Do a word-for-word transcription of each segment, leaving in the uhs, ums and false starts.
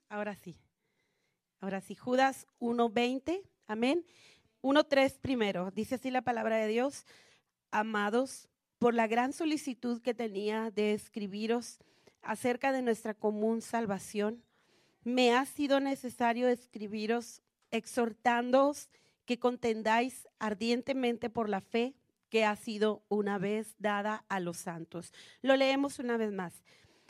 Ahora sí, ahora sí, Judas uno veinte, amén. uno tres primero, dice así la palabra de Dios: amados, por la gran solicitud que tenía de escribiros acerca de nuestra común salvación, me ha sido necesario escribiros exhortándoos que contendáis ardientemente por la fe que ha sido una vez dada a los santos. Lo leemos una vez más.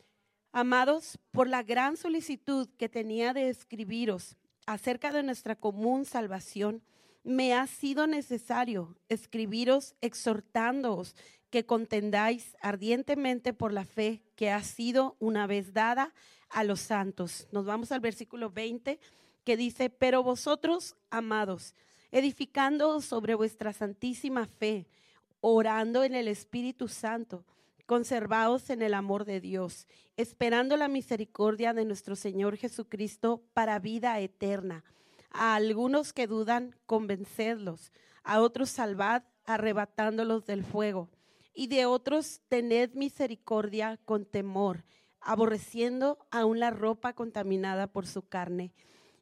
Amados, por la gran solicitud que tenía de escribiros acerca de nuestra común salvación, me ha sido necesario escribiros exhortándoos que contendáis ardientemente por la fe que ha sido una vez dada a los santos. Nos vamos al versículo veinte, que dice: pero vosotros, amados, edificándoos sobre vuestra santísima fe, orando en el Espíritu Santo, conservaos en el amor de Dios, esperando la misericordia de nuestro Señor Jesucristo para vida eterna. A algunos que dudan, convencedlos; a otros salvad, arrebatándolos del fuego; y de otros tened misericordia con temor, aborreciendo aún la ropa contaminada por su carne.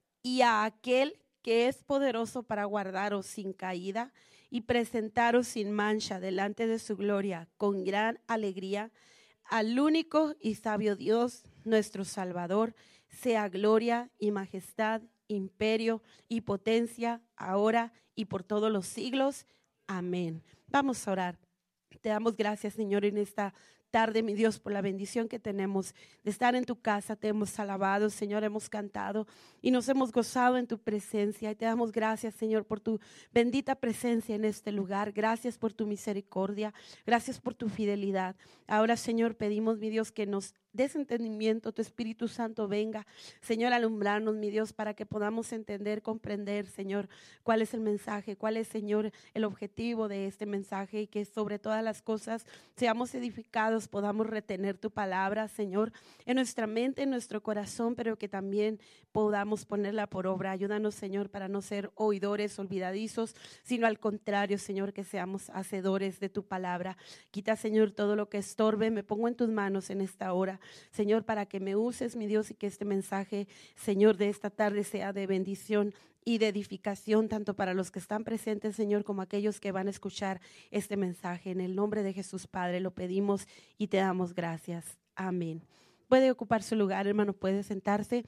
Y a aquel que es poderoso para guardaros sin caída y presentaros sin mancha delante de su gloria con gran alegría, al único y sabio Dios, nuestro Salvador, sea gloria y majestad, imperio y potencia, ahora y por todos los siglos. Amén. Vamos a orar. Te damos gracias, Señor, en esta tarde, mi Dios, por la bendición que tenemos de estar en tu casa. Te hemos alabado, Señor, hemos cantado y nos hemos gozado en tu presencia. Y te damos gracias, Señor, por tu bendita presencia en este lugar. Gracias por tu misericordia, gracias por tu fidelidad. Ahora, Señor, pedimos, mi Dios, que nos des entendimiento, tu Espíritu Santo venga, Señor, a alumbrarnos, mi Dios, para que podamos entender, comprender, Señor, cuál es el mensaje, cuál es, Señor, el objetivo de este mensaje, y que sobre todas las cosas seamos edificados, podamos retener tu palabra, Señor, en nuestra mente, en nuestro corazón, pero que también podamos ponerla por obra. Ayúdanos, Señor, para no ser oidores olvidadizos, sino al contrario, Señor, que seamos hacedores de tu palabra. Quita, Señor, todo lo que estorbe. Me pongo en tus manos en esta hora, Señor, para que me uses, mi Dios, y que este mensaje, Señor, de esta tarde sea de bendición y de edificación, tanto para los que están presentes, Señor, como aquellos que van a escuchar este mensaje. En el nombre de Jesús, Padre, lo pedimos y te damos gracias. Amén. Puede ocupar su lugar, hermano, puede sentarse.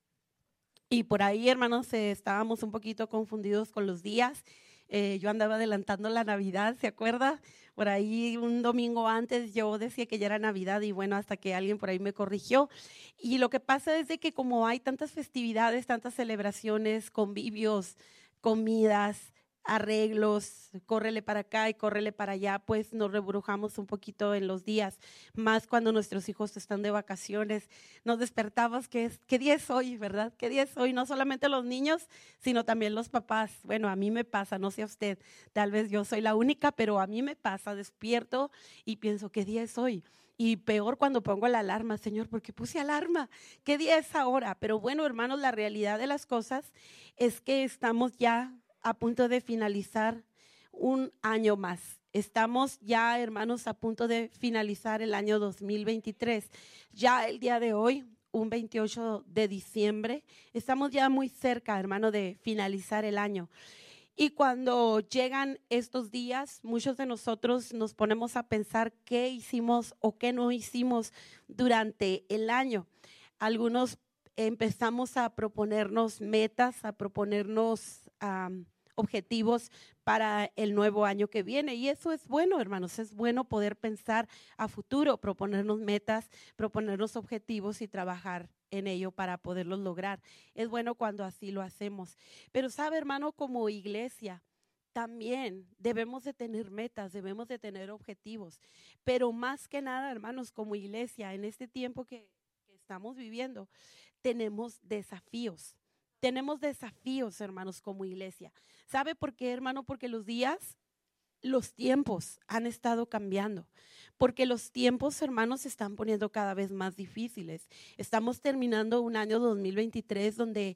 Y por ahí, hermanos, eh, estábamos un poquito confundidos con los días. Eh, yo andaba adelantando la Navidad, ¿se acuerda? Por ahí un domingo antes yo decía que ya era Navidad, y bueno, hasta que alguien por ahí me corrigió. Y lo que pasa es de que como hay tantas festividades, tantas celebraciones, convivios, comidas, arreglos, córrele para acá y córrele para allá, pues nos rebrujamos un poquito en los días, más cuando nuestros hijos están de vacaciones. Nos despertamos, ¿qué es? ¿Qué día es hoy, verdad? ¿Qué día es hoy? No solamente los niños, sino también los papás. Bueno, a mí me pasa, no sé a usted, tal vez yo soy la única, pero a mí me pasa, despierto y pienso, ¿qué día es hoy? Y peor cuando pongo la alarma, Señor, ¿por qué puse alarma? ¿Qué día es ahora? Pero bueno, hermanos, la realidad de las cosas es que estamos ya a punto de finalizar un año más. Estamos ya, hermanos, a punto de finalizar el año dos mil veintitrés. Ya el día de hoy, un veintiocho de diciembre, estamos ya muy cerca, hermano, de finalizar el año. Y cuando llegan estos días, muchos de nosotros nos ponemos a pensar qué hicimos o qué no hicimos durante el año. Algunos empezamos a proponernos metas, a proponernos um, objetivos para el nuevo año que viene, y eso es bueno, hermanos. Es bueno poder pensar a futuro, proponernos metas, proponernos objetivos y trabajar en ello para poderlos lograr. Es bueno cuando así lo hacemos. Pero sabe, hermano, como iglesia también debemos de tener metas, debemos de tener objetivos, pero más que nada, hermanos, como iglesia en este tiempo que, que estamos viviendo, tenemos desafíos. Tenemos desafíos, hermanos, como iglesia. ¿Sabe por qué, hermano? Porque los días, los tiempos han estado cambiando. Porque los tiempos, hermanos, se están poniendo cada vez más difíciles. Estamos terminando un año dos mil veintitrés donde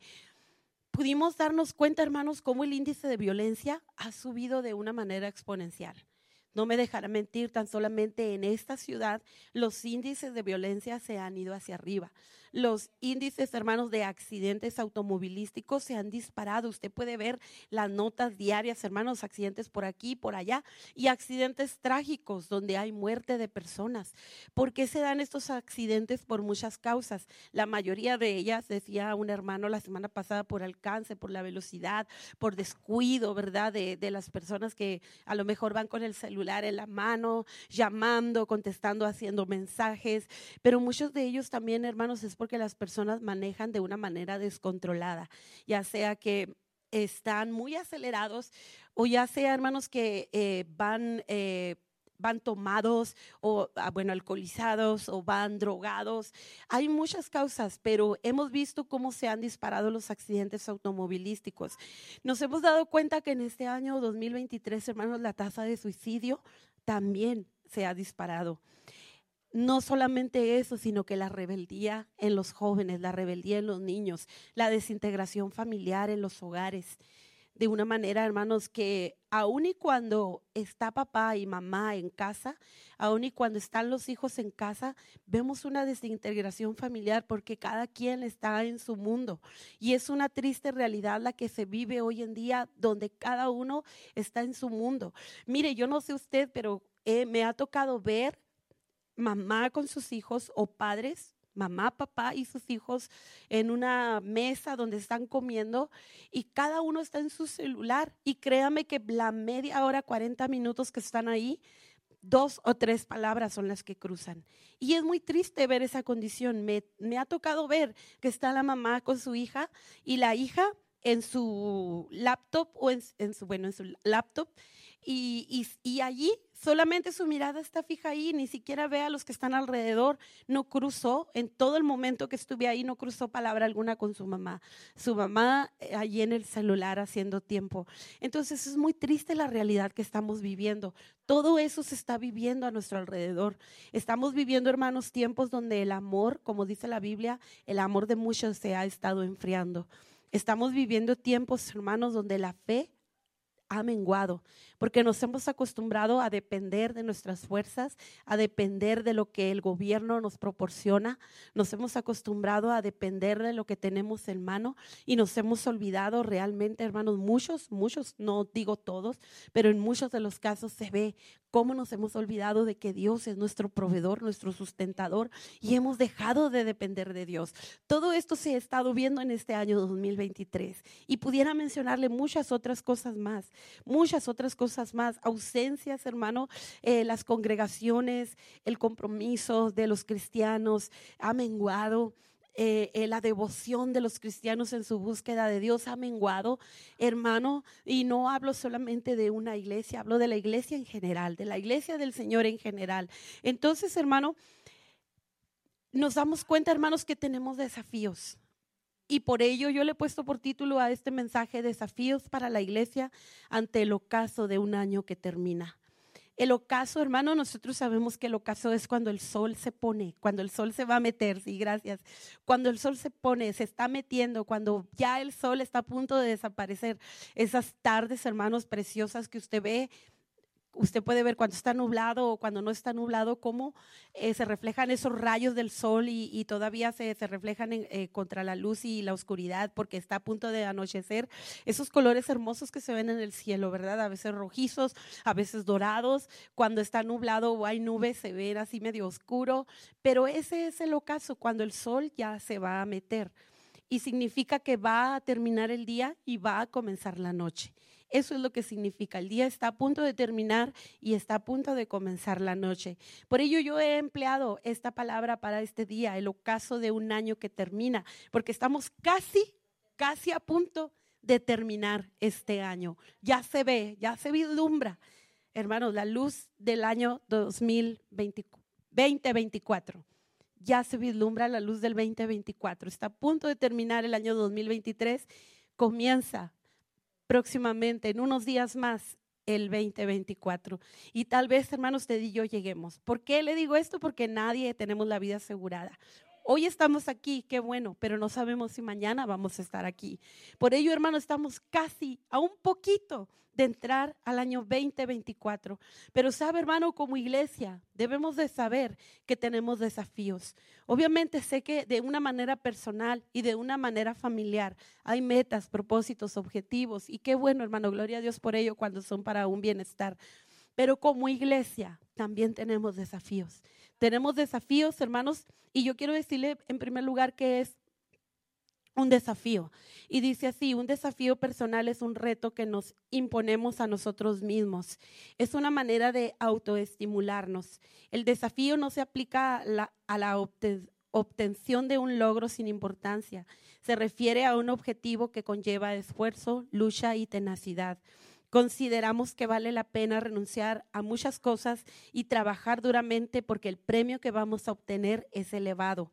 pudimos darnos cuenta, hermanos, cómo el índice de violencia ha subido de una manera exponencial. no me dejará mentir, tan solamente en esta ciudad los índices de violencia se han ido hacia arriba. Los índices, hermanos, de accidentes automovilísticos se han disparado. Usted puede ver las notas diarias, hermanos, accidentes por aquí, por allá, y accidentes trágicos donde hay muerte de personas. ¿Por qué se dan estos accidentes? Por muchas causas. La mayoría de ellas, decía un hermano la semana pasada, por alcance, por la velocidad, por descuido, ¿verdad? De, de las personas que a lo mejor van con el celular en la mano, llamando, contestando, haciendo mensajes. Pero muchos de ellos también, hermanos, es porque las personas manejan de una manera descontrolada, ya sea que están muy acelerados o ya sea, hermanos, que eh, van, eh, van tomados o, bueno, alcoholizados o van drogados. Hay muchas causas, pero hemos visto cómo se han disparado los accidentes automovilísticos. Nos hemos dado cuenta que en este año dos mil veintitrés, hermanos, la tasa de suicidio también se ha disparado. No solamente eso, sino que la rebeldía en los jóvenes, la rebeldía en los niños, la desintegración familiar en los hogares. De una manera, hermanos, que aun y cuando está papá y mamá en casa, aun y cuando están los hijos en casa, vemos una desintegración familiar porque cada quien está en su mundo. Y es una triste realidad la que se vive hoy en día, donde cada uno está en su mundo. Mire, yo no sé usted, pero eh, me ha tocado ver mamá con sus hijos o padres, mamá, papá y sus hijos en una mesa donde están comiendo y cada uno está en su celular. Y créame que la media hora, cuarenta minutos que están ahí, dos o tres palabras son las que cruzan. Y es muy triste ver esa condición. Me, me ha tocado ver que está la mamá con su hija y la hija en su laptop o en, en su, bueno, en su laptop y, y, y allí solamente su mirada está fija ahí, ni siquiera ve a los que están alrededor. No cruzó, en todo el momento que estuve ahí, no cruzó palabra alguna con su mamá. Su mamá eh, allí en el celular haciendo tiempo. Entonces es muy triste la realidad que estamos viviendo. Todo eso se está viviendo a nuestro alrededor. Estamos viviendo, hermanos, tiempos donde el amor, como dice la Biblia, el amor de muchos se ha estado enfriando. Estamos viviendo tiempos, hermanos, donde la fe ha menguado, porque nos hemos acostumbrado a depender de nuestras fuerzas, a depender de lo que el gobierno nos proporciona, nos hemos acostumbrado a depender de lo que tenemos en mano y nos hemos olvidado realmente, hermanos, muchos, muchos, no digo todos, pero en muchos de los casos se ve cómo nos hemos olvidado de que Dios es nuestro proveedor, nuestro sustentador y hemos dejado de depender de Dios. Todo esto se ha estado viendo en este año dos mil veintitrés y pudiera mencionarle muchas otras cosas más. Muchas otras cosas más, ausencias, hermano, eh, las congregaciones, el compromiso de los cristianos ha menguado. Eh, eh, la devoción de los cristianos en su búsqueda de Dios ha menguado, hermano, y no hablo solamente de una iglesia, hablo de la iglesia en general, de la iglesia del Señor en general. Entonces, hermano, nos damos cuenta, hermanos, que tenemos desafíos. Y por ello yo le he puesto por título a este mensaje: desafíos para la iglesia ante el ocaso de un año que termina. El ocaso, hermano, nosotros sabemos que el ocaso es cuando el sol se pone, cuando el sol se va a meter, sí, gracias. Cuando el sol se pone, se está metiendo, cuando ya el sol está a punto de desaparecer. Esas tardes, hermanos, preciosas que usted ve. Usted puede ver cuando está nublado o cuando no está nublado cómo eh, se reflejan esos rayos del sol y, y todavía se, se reflejan en, eh, contra la luz y la oscuridad porque está a punto de anochecer. Esos colores hermosos que se ven en el cielo, ¿verdad? A veces rojizos, a veces dorados. Cuando está nublado o hay nubes se ven así medio oscuro. Pero ese es el ocaso, cuando el sol ya se va a meter. Y significa que va a terminar el día y va a comenzar la noche. Eso es lo que significa. El día está a punto de terminar y está a punto de comenzar la noche. Por ello yo he empleado esta palabra para este día, el ocaso de un año que termina, porque estamos casi, casi a punto de terminar este año. Ya se ve, ya se vislumbra, hermanos, la luz del año dos mil veinticuatro. Ya se vislumbra la luz del veinte veinticuatro. Está a punto de terminar el año dos mil veintitrés. Comienza próximamente, en unos días más, el veinte veinticuatro. Y tal vez, hermanos, usted y yo lleguemos. ¿Por qué le digo esto? Porque nadie tenemos la vida asegurada. Hoy estamos aquí, qué bueno, pero no sabemos si mañana vamos a estar aquí. Por ello, hermano, estamos casi a un poquito de entrar al año veinte veinticuatro. Pero sabe, hermano, como iglesia debemos de saber que tenemos desafíos. Obviamente sé que de una manera personal y de una manera familiar hay metas, propósitos, objetivos. Y qué bueno, hermano, gloria a Dios por ello cuando son para un bienestar. Pero como iglesia también tenemos desafíos. Tenemos desafíos, hermanos, y yo quiero decirle en primer lugar que es un desafío. Y dice así, un desafío personal es un reto que nos imponemos a nosotros mismos. Es una manera de autoestimularnos. El desafío no se aplica a la, a la obtención obtención de un logro sin importancia. Se refiere a un objetivo que conlleva esfuerzo, lucha y tenacidad. Consideramos que vale la pena renunciar a muchas cosas y trabajar duramente porque el premio que vamos a obtener es elevado.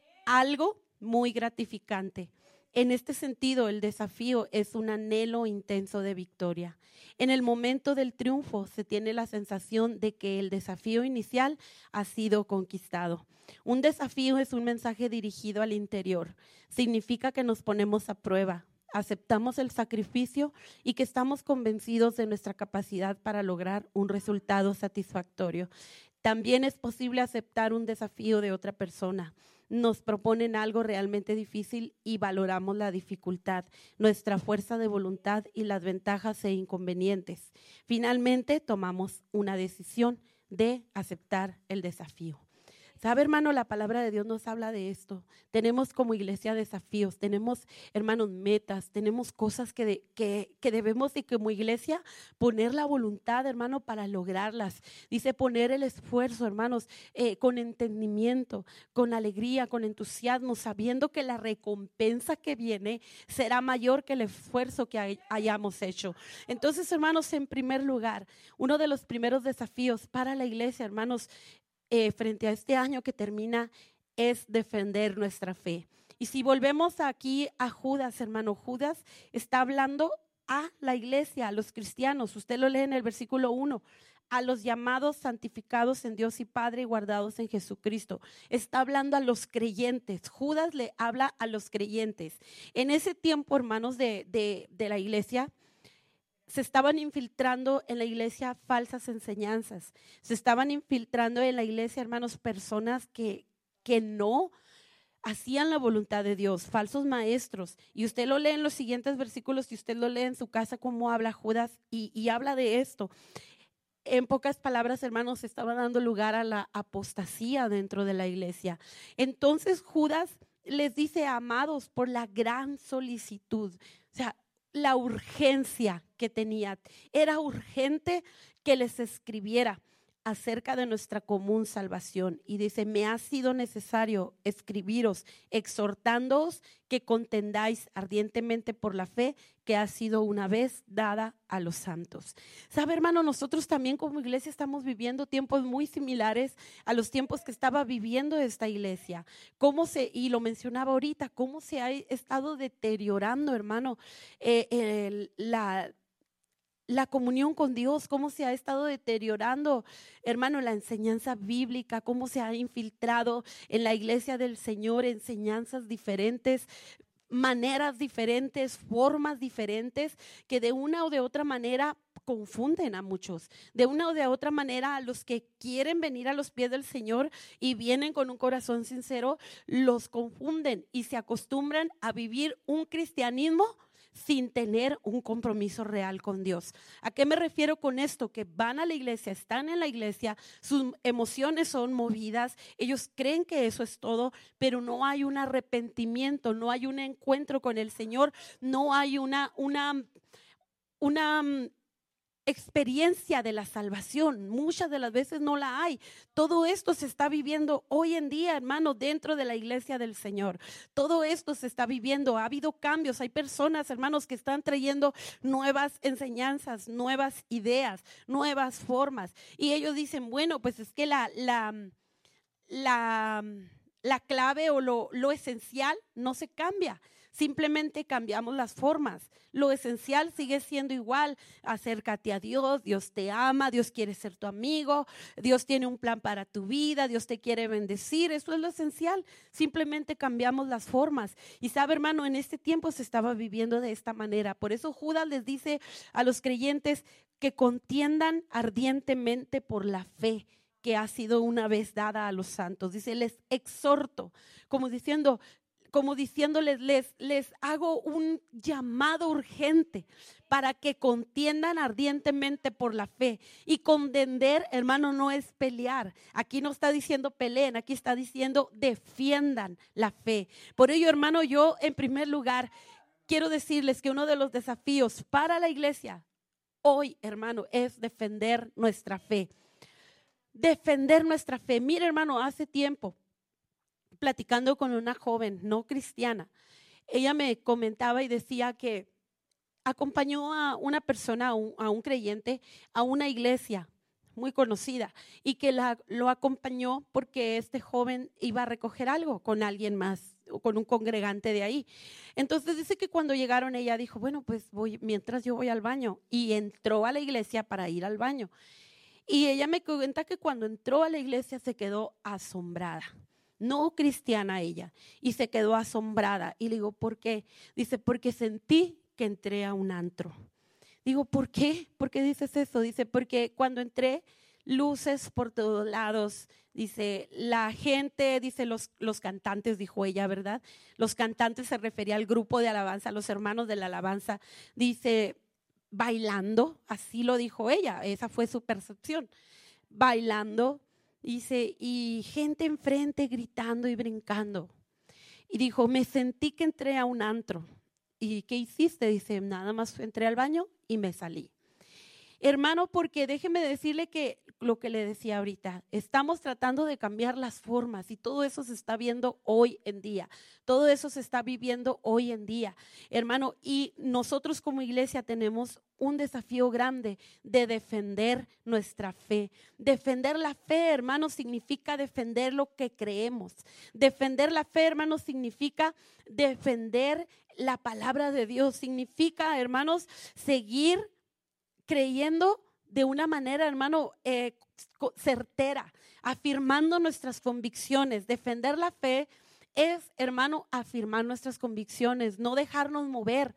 Algo muy gratificante. En este sentido, el desafío es un anhelo intenso de victoria. En el momento del triunfo se tiene la sensación de que el desafío inicial ha sido conquistado. Un desafío es un mensaje dirigido al interior. Significa que nos ponemos a prueba, aceptamos el sacrificio y que estamos convencidos de nuestra capacidad para lograr un resultado satisfactorio. También es posible aceptar un desafío de otra persona. Nos proponen algo realmente difícil y valoramos la dificultad, nuestra fuerza de voluntad y las ventajas e inconvenientes. Finalmente, tomamos una decisión de aceptar el desafío. ¿Sabe, hermano? La palabra de Dios nos habla de esto. Tenemos como iglesia desafíos, tenemos, hermanos, metas, tenemos cosas que, de, que, que debemos y como iglesia poner la voluntad, hermano, para lograrlas. Dice poner el esfuerzo, hermanos, eh, con entendimiento, con alegría, con entusiasmo, sabiendo que la recompensa que viene será mayor que el esfuerzo que hay, hayamos hecho. Entonces, hermanos, en primer lugar, uno de los primeros desafíos para la iglesia, hermanos, Eh, frente a este año que termina es defender nuestra fe. Y si volvemos aquí a Judas, hermano, Judas está hablando a la iglesia, a los cristianos. Usted lo lee en el versículo uno. A los llamados, santificados en Dios y Padre y guardados en Jesucristo. Está hablando a los creyentes. Judas le habla a los creyentes. En ese tiempo, hermanos, de, de, de la iglesia, se estaban infiltrando en la iglesia falsas enseñanzas. Se estaban infiltrando en la iglesia, hermanos, personas que, que no hacían la voluntad de Dios, falsos maestros. Y usted lo lee en los siguientes versículos y usted lo lee en su casa cómo habla Judas y, y habla de esto. En pocas palabras, hermanos, estaba dando lugar a la apostasía dentro de la iglesia. Entonces Judas les dice, amados, por la gran solicitud. O sea, la urgencia que tenía. Era urgente que les escribiera acerca de nuestra común salvación. Y dice, me ha sido necesario escribiros, exhortándoos que contendáis ardientemente por la fe que ha sido una vez dada a los santos. ¿Sabe, hermano? Nosotros también como iglesia estamos viviendo tiempos muy similares a los tiempos que estaba viviendo esta iglesia. Cómo se, y lo mencionaba ahorita, cómo se ha estado deteriorando, hermano, eh, el, la La comunión con Dios, cómo se ha estado deteriorando, hermano, la enseñanza bíblica, cómo se ha infiltrado en la iglesia del Señor enseñanzas diferentes, maneras diferentes, formas diferentes, que de una o de otra manera confunden a muchos. De una o de otra manera, a los que quieren venir a los pies del Señor y vienen con un corazón sincero, los confunden y se acostumbran a vivir un cristianismo sin tener un compromiso real con Dios. ¿A qué me refiero con esto? Que van a la iglesia, están en la iglesia, sus emociones son movidas, ellos creen que eso es todo, pero no hay un arrepentimiento, no hay un encuentro con el Señor, no hay una, una, una experiencia de la salvación. Muchas de las veces no la hay. Todo esto se está viviendo hoy en día, hermano, dentro de la iglesia del Señor. Todo esto se está viviendo. Ha habido cambios. Hay personas, hermanos, que están trayendo nuevas enseñanzas, nuevas ideas, nuevas formas. Y ellos dicen, bueno, pues es que la, la, la la clave o lo, lo esencial no se cambia. Simplemente cambiamos las formas. Lo esencial sigue siendo igual. Acércate a Dios, Dios te ama, Dios quiere ser tu amigo, Dios tiene un plan para tu vida, Dios te quiere bendecir. Eso es lo esencial. Simplemente cambiamos las formas. Y sabe, hermano, en este tiempo se estaba viviendo de esta manera. Por eso Judas les dice a los creyentes que contiendan ardientemente por la fe que ha sido una vez dada a los santos. Dice, les exhorto, como diciendo, como diciéndoles, les, les hago un llamado urgente para que contiendan ardientemente por la fe. Y contender, hermano, no es pelear. Aquí no está diciendo peleen, aquí está diciendo defiendan la fe. Por ello, hermano, yo en primer lugar quiero decirles que uno de los desafíos para la iglesia hoy, hermano, es defender nuestra fe. Defender nuestra fe. Mire, hermano, hace tiempo, platicando con una joven no cristiana, ella me comentaba y decía que acompañó a una persona, a un, a un creyente, a una iglesia muy conocida y que la, lo acompañó porque este joven iba a recoger algo con alguien más, o con un congregante de ahí. Entonces dice que cuando llegaron ella dijo, bueno, pues voy, mientras yo voy al baño, y entró a la iglesia para ir al baño. Y ella me cuenta que cuando entró a la iglesia se quedó asombrada. No cristiana ella, y se quedó asombrada. Y le digo, ¿por qué? Dice, porque sentí que entré a un antro. Digo, ¿por qué? ¿Por qué dices eso? Dice, porque cuando entré, luces por todos lados. Dice, la gente, dice, los, los cantantes, dijo ella, ¿verdad? Los cantantes se refería al grupo de alabanza, los hermanos de la alabanza. Dice, bailando, así lo dijo ella, esa fue su percepción. Bailando. Dice, y gente enfrente gritando y brincando. Y dijo, me sentí que entré a un antro. ¿Y qué hiciste? Dice, nada más entré al baño y me salí. Hermano, porque déjeme decirle que lo que le decía ahorita, estamos tratando de cambiar las formas y todo eso se está viendo hoy en día. Todo eso se está viviendo hoy en día, hermano. Y nosotros como iglesia tenemos un desafío grande de defender nuestra fe. Defender la fe, hermano, significa defender lo que creemos. Defender la fe, hermano, significa defender la palabra de Dios. Significa, hermanos, seguir creyendo de una manera, hermano, eh, certera, afirmando nuestras convicciones. Defender la fe es, hermano, afirmar nuestras convicciones, no dejarnos mover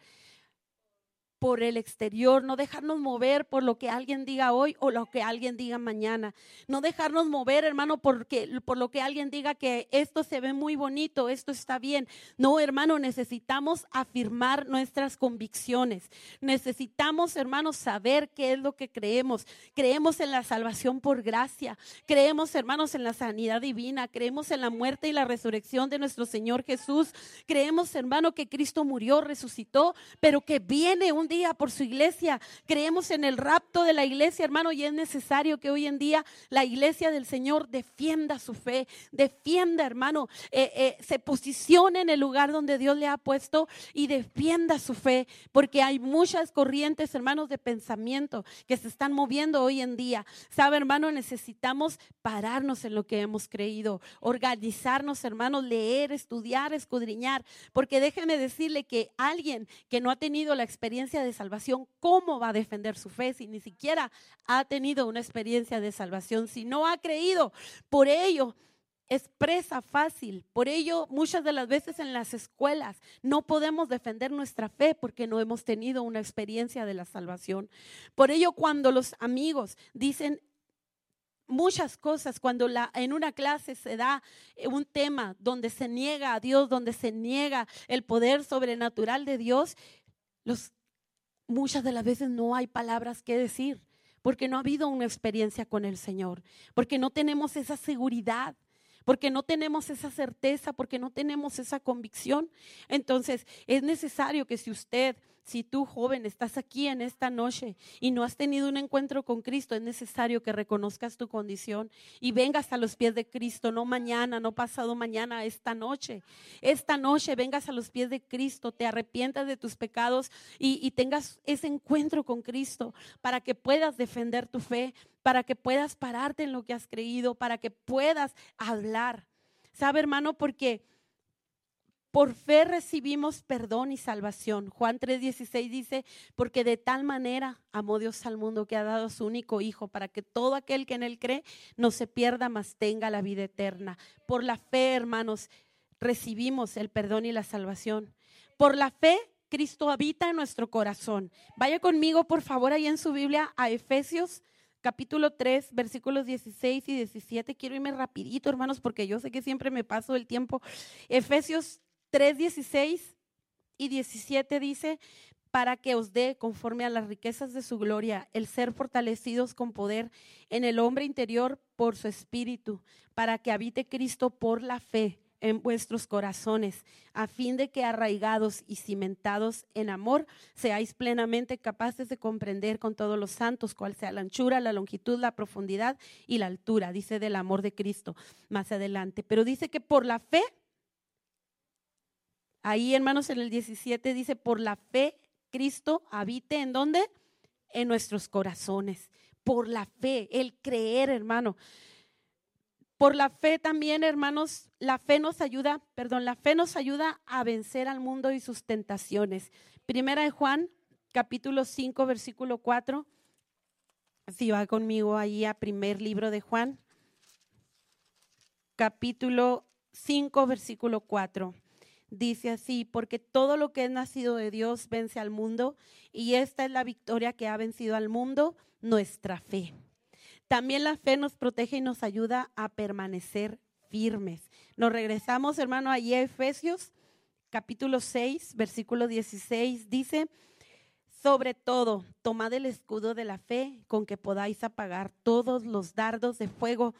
por el exterior, no dejarnos mover por lo que alguien diga hoy o lo que alguien diga mañana, no dejarnos mover, hermano, porque, por lo que alguien diga que esto se ve muy bonito, esto está bien. No, hermano, necesitamos afirmar nuestras convicciones, necesitamos, hermanos, saber qué es lo que creemos. Creemos en la salvación por gracia, creemos, hermanos, en la sanidad divina, creemos en la muerte y la resurrección de nuestro Señor Jesús, creemos, hermano, que Cristo murió, resucitó, pero que viene un día por su iglesia. Creemos en el rapto de la iglesia, hermano, y es necesario que hoy en día la iglesia del Señor defienda su fe, defienda, hermano, eh, eh, se posicione en el lugar donde Dios le ha puesto y defienda su fe, porque hay muchas corrientes, hermanos, de pensamiento que se están moviendo hoy en día. Sabe, hermano, necesitamos pararnos en lo que hemos creído, organizarnos, hermanos, leer, estudiar, escudriñar, porque déjeme decirle que alguien que no ha tenido la experiencia de salvación, ¿cómo va a defender su fe si ni siquiera ha tenido una experiencia de salvación? Si no ha creído, por ello es presa fácil. Por ello, muchas de las veces en las escuelas no podemos defender nuestra fe porque no hemos tenido una experiencia de la salvación. Por ello, cuando los amigos dicen muchas cosas, cuando la, en una clase se da un tema donde se niega a Dios, donde se niega el poder sobrenatural de Dios, los, muchas de las veces no hay palabras que decir porque no ha habido una experiencia con el Señor, porque no tenemos esa seguridad, porque no tenemos esa certeza, porque no tenemos esa convicción. Entonces es necesario que si usted, si tú joven estás aquí en esta noche y no has tenido un encuentro con Cristo, es necesario que reconozcas tu condición y vengas a los pies de Cristo, no mañana, no pasado mañana, esta noche. Esta noche vengas a los pies de Cristo, te arrepientas de tus pecados y, y tengas ese encuentro con Cristo para que puedas defender tu fe, para que puedas pararte en lo que has creído, para que puedas hablar. ¿Sabe, hermano? Porque por fe recibimos perdón y salvación. Juan tres dieciséis dice, porque de tal manera amó Dios al mundo que ha dado a su único Hijo, para que todo aquel que en Él cree no se pierda, mas tenga la vida eterna. Por la fe, hermanos, recibimos el perdón y la salvación. Por la fe, Cristo habita en nuestro corazón. Vaya conmigo, por favor, ahí en su Biblia a Efesios capítulo tres, versículos dieciséis y diecisiete. Quiero irme rapidito, hermanos, porque yo sé que siempre me paso el tiempo. Efesios tres, dieciséis y diecisiete dice, para que os dé, conforme a las riquezas de su gloria, el ser fortalecidos con poder en el hombre interior por su espíritu, para que habite Cristo por la fe en vuestros corazones, a fin de que arraigados y cimentados en amor, seáis plenamente capaces de comprender con todos los santos cuál sea la anchura, la longitud, la profundidad y la altura, dice del amor de Cristo más adelante. Pero dice que por la fe, ahí, hermanos, en el diecisiete dice, por la fe Cristo habite, ¿en dónde? En nuestros corazones. Por la fe, el creer, hermano. Por la fe también, hermanos, la fe nos ayuda, perdón, la fe nos ayuda a vencer al mundo y sus tentaciones. Primera de Juan, capítulo cinco, versículo cuatro. Si va conmigo ahí a primer libro de Juan, capítulo cinco, versículo cuatro. Dice así, porque todo lo que es nacido de Dios vence al mundo, y esta es la victoria que ha vencido al mundo, nuestra fe. También la fe nos protege y nos ayuda a permanecer firmes. Nos regresamos, hermano, allí a Efesios, capítulo seis, versículo dieciséis, dice, sobre todo, tomad el escudo de la fe con que podáis apagar todos los dardos de fuego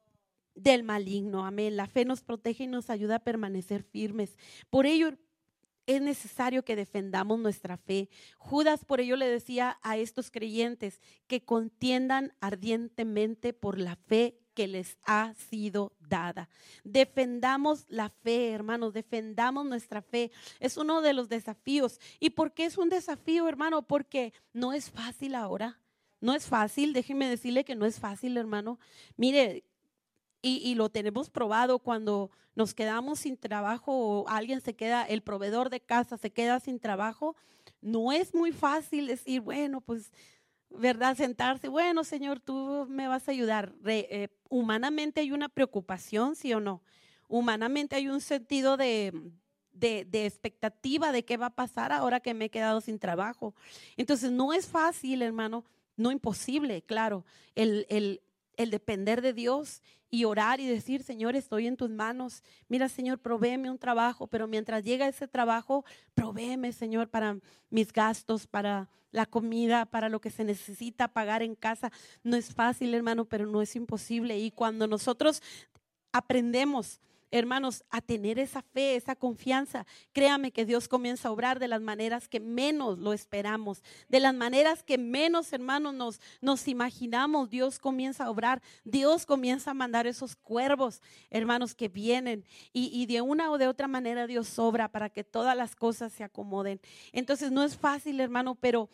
del maligno. Amén. La fe nos protege y nos ayuda a permanecer firmes. Por ello es necesario que defendamos nuestra fe. Judas por ello le decía a estos creyentes que contiendan ardientemente por la fe que les ha sido dada. Defendamos la fe, hermanos, defendamos nuestra fe. Es uno de los desafíos. ¿Y por qué es un desafío, hermano? Porque no es fácil ahora. No es fácil, déjenme decirle que no es fácil, hermano. Mire, Y, y lo tenemos probado cuando nos quedamos sin trabajo o alguien se queda, el proveedor de casa se queda sin trabajo. No es muy fácil decir, bueno, pues, ¿verdad? Sentarse, bueno, Señor, tú me vas a ayudar. Re, eh, humanamente hay una preocupación, ¿sí o no? Humanamente hay un sentido de, de, de expectativa de qué va a pasar ahora que me he quedado sin trabajo. Entonces, no es fácil, hermano, no imposible, claro, el, el, el depender de Dios y orar y decir, Señor, estoy en tus manos. Mira, Señor, provéeme un trabajo, pero mientras llega ese trabajo, provéeme, Señor, para mis gastos, para la comida, para lo que se necesita pagar en casa. No es fácil, hermano, pero no es imposible. Y cuando nosotros aprendemos, hermanos, a tener esa fe, esa confianza, créame que Dios comienza a obrar de las maneras que menos lo esperamos, de las maneras que menos, hermanos, nos, nos imaginamos. Dios comienza a obrar, Dios comienza a mandar esos cuervos, hermanos, que vienen y, y de una o de otra manera Dios obra para que todas las cosas se acomoden. Entonces no es fácil, hermano, pero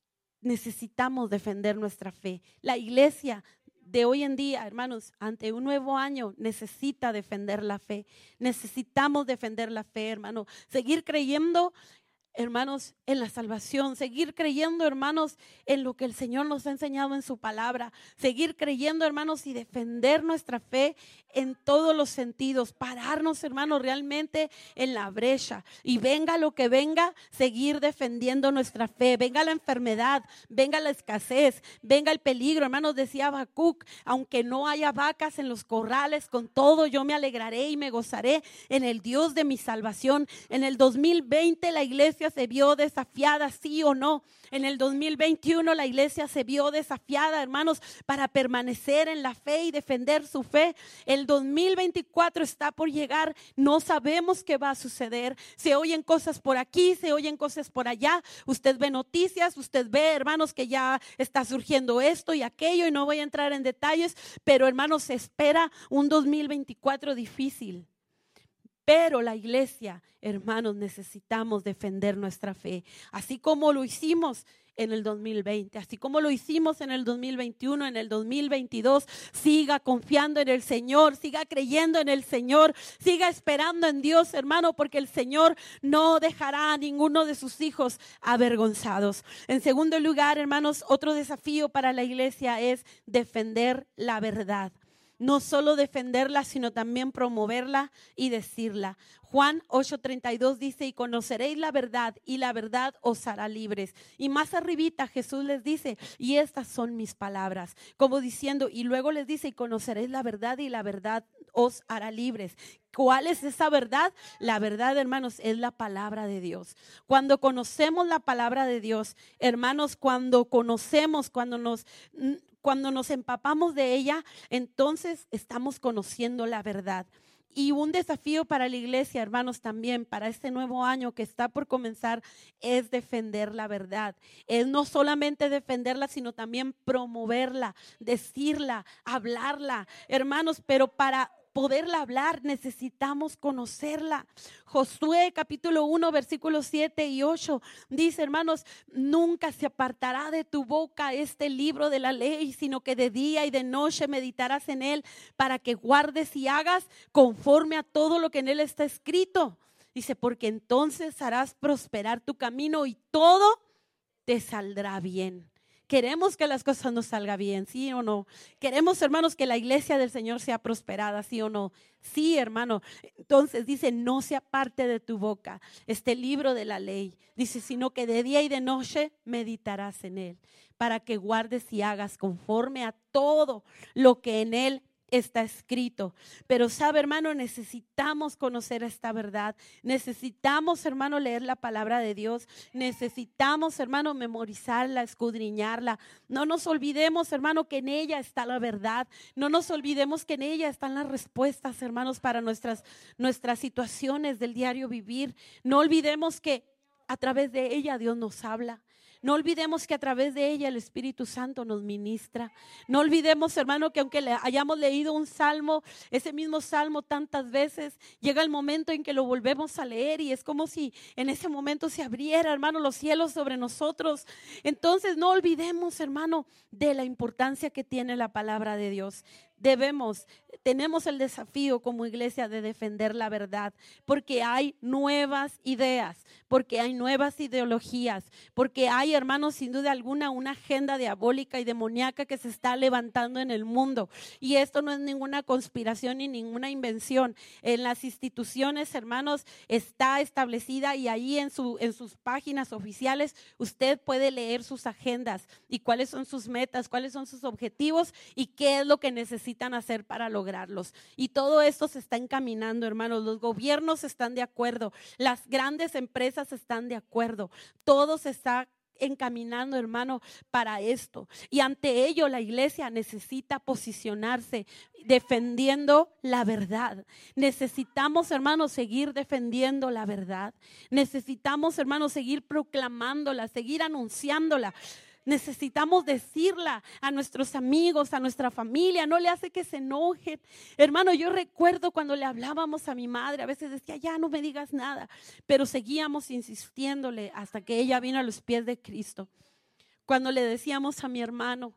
necesitamos defender nuestra fe. La iglesia de hoy en día, hermanos, ante un nuevo año, necesita defender la fe. Necesitamos defender la fe, hermano. Seguir creyendo, hermanos, en la salvación. Seguir creyendo, hermanos, en lo que el Señor nos ha enseñado en su palabra. Seguir creyendo, hermanos, y defender nuestra fe en todos los sentidos. Pararnos, hermanos, realmente en la brecha. Y venga lo que venga, seguir defendiendo nuestra fe. Venga la enfermedad, venga la escasez, venga el peligro. Hermanos, decía Habacuc, aunque no haya vacas en los corrales, con todo yo me alegraré y me gozaré en el Dios de mi salvación. En el dos mil veinte la iglesia se vio desafiada, sí o no. En el dos mil veintiuno la iglesia se vio desafiada, hermanos, para permanecer en la fe y defender su fe. El dos mil veinticuatro está por llegar, no sabemos qué va a suceder. Se oyen cosas por aquí, se oyen cosas por allá. Usted ve noticias, usted ve, hermanos, que ya está surgiendo esto y aquello, y no voy a entrar en detalles, pero hermanos, se espera un dos mil veinticuatro difícil. Pero la iglesia, hermanos, necesitamos defender nuestra fe, así como lo hicimos en el dos mil veinte, así como lo hicimos en el dos mil veintiuno, en el dos mil veintidós. Siga confiando en el Señor, siga creyendo en el Señor, siga esperando en Dios, hermano, porque el Señor no dejará a ninguno de sus hijos avergonzados. En segundo lugar, hermanos, otro desafío para la iglesia es defender la verdad. No solo defenderla, sino también promoverla y decirla. Juan ocho treinta y dos dice: y conoceréis la verdad, y la verdad os hará libres. Y más arribita Jesús les dice: y estas son mis palabras. Como diciendo, y luego les dice: y conoceréis la verdad, y la verdad os hará libres. ¿Cuál es esa verdad? La verdad, hermanos, es la palabra de Dios. Cuando conocemos la palabra de Dios, hermanos, cuando conocemos, cuando nos... Cuando nos empapamos de ella, entonces estamos conociendo la verdad. Y un desafío para la iglesia, hermanos, también para este nuevo año que está por comenzar, es defender la verdad. Es no solamente defenderla, sino también promoverla, decirla, hablarla, hermanos, pero para poderla hablar necesitamos conocerla. Josué capítulo uno versículos siete y ocho dice, hermanos, nunca se apartará de tu boca este libro de la ley, sino que de día y de noche meditarás en él, para que guardes y hagas conforme a todo lo que en él está escrito. Dice, porque entonces harás prosperar tu camino y todo te saldrá bien. Queremos que las cosas nos salgan bien, ¿sí o no? Queremos, hermanos, que la iglesia del Señor sea prosperada, ¿sí o no? Sí, hermano. Entonces dice, no se aparte de tu boca este libro de la ley. Dice, sino que de día y de noche meditarás en él, para que guardes y hagas conforme a todo lo que en él está escrito. Pero sabe, hermano, necesitamos conocer esta verdad. Necesitamos, hermano, leer la palabra de Dios. Necesitamos, hermano, memorizarla, escudriñarla. No nos olvidemos, hermano, que en ella está la verdad. No nos olvidemos que en ella están las respuestas, hermanos, para nuestras, nuestras situaciones del diario vivir. No olvidemos que a través de ella Dios nos habla. No olvidemos que a través de ella el Espíritu Santo nos ministra. No olvidemos, hermano, que aunque le hayamos leído un salmo, ese mismo salmo tantas veces, llega el momento en que lo volvemos a leer y es como si en ese momento se abriera, hermano, los cielos sobre nosotros. Entonces no olvidemos, hermano, de la importancia que tiene la palabra de Dios. Debemos, tenemos el desafío como iglesia de defender la verdad, porque hay nuevas ideas, porque hay nuevas ideologías, porque hay, hermanos, sin duda alguna, una agenda diabólica y demoníaca que se está levantando en el mundo. Y esto no es ninguna conspiración ni ninguna invención. En las instituciones, hermanos, está establecida y ahí en, su, en sus páginas oficiales usted puede leer sus agendas y cuáles son sus metas, cuáles son sus objetivos y qué es lo que necesita necesitan hacer para lograrlos. Y todo esto se está encaminando, hermanos. Los gobiernos están de acuerdo, las grandes empresas están de acuerdo, todo se está encaminando, hermano, para esto. Y ante ello la iglesia necesita posicionarse defendiendo la verdad. Necesitamos, hermanos, seguir defendiendo la verdad. Necesitamos, hermanos, seguir proclamándola, seguir anunciándola. Necesitamos decirla a nuestros amigos, a nuestra familia. No le hace que se enojen. Hermano, yo recuerdo cuando le hablábamos a mi madre, a veces decía, ya no me digas nada. Pero seguíamos insistiéndole hasta que ella vino a los pies de Cristo. Cuando le decíamos a mi hermano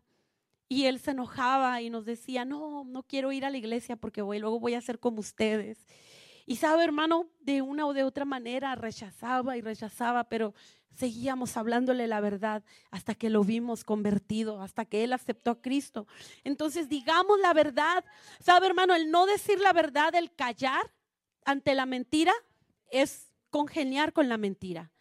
y él se enojaba y nos decía, no, no quiero ir a la iglesia porque voy, luego voy a ser como ustedes. Y sabe, hermano, de una o de otra manera rechazaba y rechazaba, pero seguíamos hablándole la verdad hasta que lo vimos convertido, hasta que él aceptó a Cristo. Entonces digamos la verdad. Sabe, hermano, el no decir la verdad, el callar ante la mentira es congeniar con la mentira.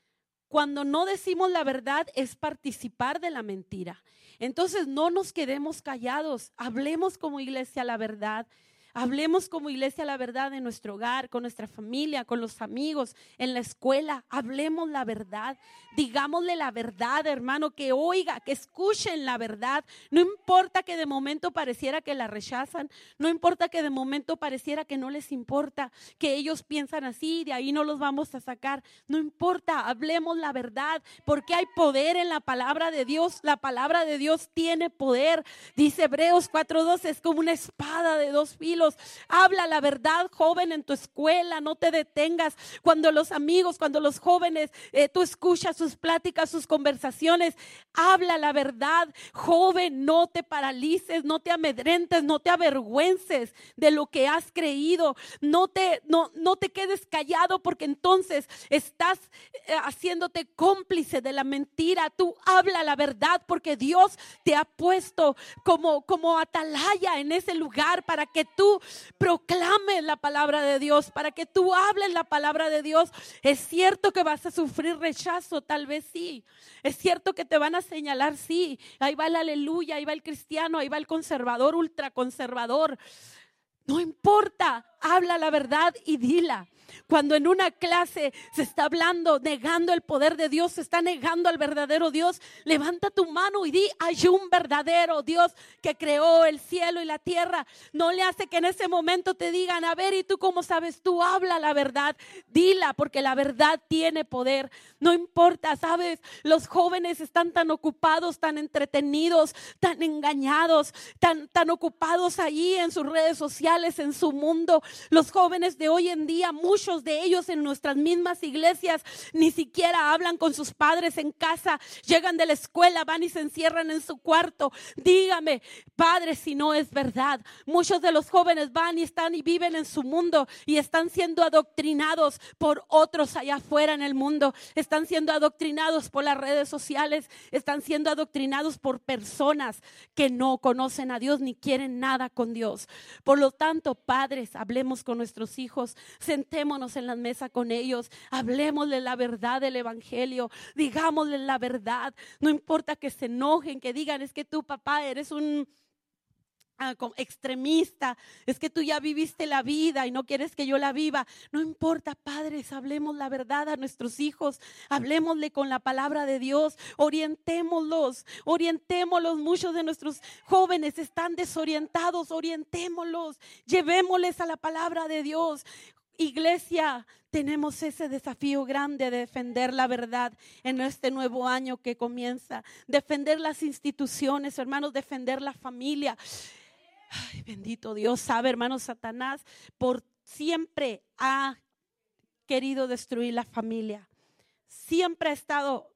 Cuando no decimos la verdad es participar de la mentira. Entonces no nos quedemos callados, hablemos como iglesia la verdad. Hablemos como iglesia la verdad en nuestro hogar, con nuestra familia, con los amigos, en la escuela. Hablemos la verdad. Digámosle la verdad, hermano, que oiga, que escuchen la verdad. No importa que de momento pareciera que la rechazan. No importa que de momento pareciera que no les importa, que ellos piensan así, de ahí no los vamos a sacar. No importa, hablemos la verdad, porque hay poder en la palabra de Dios. La palabra de Dios tiene poder. Dice Hebreos cuatro doce, es como una espada de dos filos cielos. Habla la verdad, joven, en tu escuela, no te detengas. Cuando los amigos, cuando los jóvenes, eh, tú escuchas sus pláticas, sus conversaciones, habla la verdad. Joven, no te paralices, no te amedrentes, no te avergüences de lo que has creído. No te, no, no te quedes callado, porque entonces estás eh, haciéndote cómplice de la mentira. Tú habla la verdad, porque Dios te ha puesto como, como atalaya en ese lugar para que tú proclames la palabra de Dios, para que tú hables la palabra de Dios. Es cierto que vas a sufrir rechazo, tal vez sí. Es cierto que te van a señalar, sí. Ahí va el aleluya, ahí va el cristiano, ahí va el conservador, ultraconservador. No importa, habla la verdad y dila. Cuando en una clase se está hablando, negando el poder de Dios, se está negando al verdadero Dios, levanta tu mano y di: hay un verdadero Dios que creó el cielo y la tierra. No le hace que en ese momento te digan: a ver, ¿y tú cómo sabes? Tú habla la verdad, dila, porque la verdad tiene poder. No importa, ¿sabes? Los jóvenes están tan ocupados, tan entretenidos, tan engañados, tan, tan ocupados ahí en sus redes sociales, en su mundo. Los jóvenes de hoy en día, muchos Muchos de ellos en nuestras mismas iglesias ni siquiera hablan con sus padres en casa. Llegan de la escuela, van y se encierran en su cuarto. Dígame, padre, si no es verdad. Muchos de los jóvenes van y están y viven en su mundo y están siendo adoctrinados por otros allá afuera en el mundo. Están siendo adoctrinados por las redes sociales. Están siendo adoctrinados por personas que no conocen a Dios ni quieren nada con Dios. Por lo tanto, padres, hablemos con nuestros hijos, sentémonos en la mesa con ellos, hablemosle la verdad del evangelio, digámosle la verdad. No importa que se enojen, que digan: es que tú, papá, eres un ah, extremista, es que tú ya viviste la vida y no quieres que yo la viva. No importa, padres, hablemos la verdad a nuestros hijos, hablemosle con la palabra de Dios, orientémoslos, orientémoslos. Muchos de nuestros jóvenes están desorientados, orientémoslos, llevémosles a la palabra de Dios. Iglesia, tenemos ese desafío grande de defender la verdad en este nuevo año que comienza. Defender las instituciones, hermanos, defender la familia. Ay, bendito Dios. Sabe, hermanos, Satanás por siempre ha querido destruir la familia. Siempre ha estado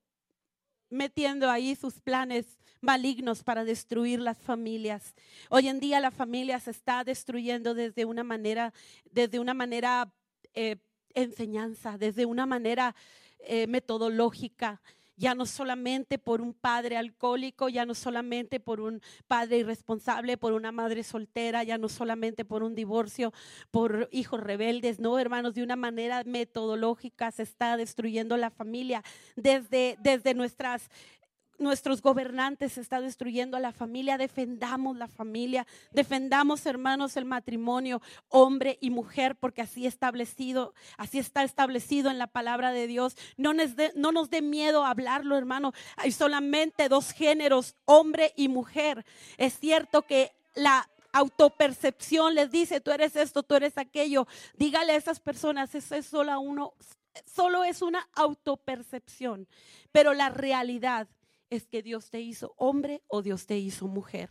metiendo ahí sus planes malignos para destruir las familias. Hoy en día la familia se está destruyendo desde una manera, desde una manera eh, enseñanza, desde una manera eh, metodológica. Ya no solamente por un padre alcohólico, ya no solamente por un padre irresponsable, por una madre soltera, ya no solamente por un divorcio, por hijos rebeldes. No, hermanos, de una manera metodológica se está destruyendo la familia. Desde, desde nuestras Nuestros gobernantes se está destruyendo a la familia. Defendamos la familia, defendamos, hermanos, el matrimonio, hombre y mujer, porque así establecido, así está establecido en la palabra de Dios. No nos dé, no nos dé miedo hablarlo, hermano. Hay solamente dos géneros, hombre y mujer. Es cierto que la autopercepción les dice: tú eres esto, tú eres aquello. Dígale a esas personas: eso es solo uno, solo es una autopercepción, pero la realidad es que Dios te hizo hombre o Dios te hizo mujer.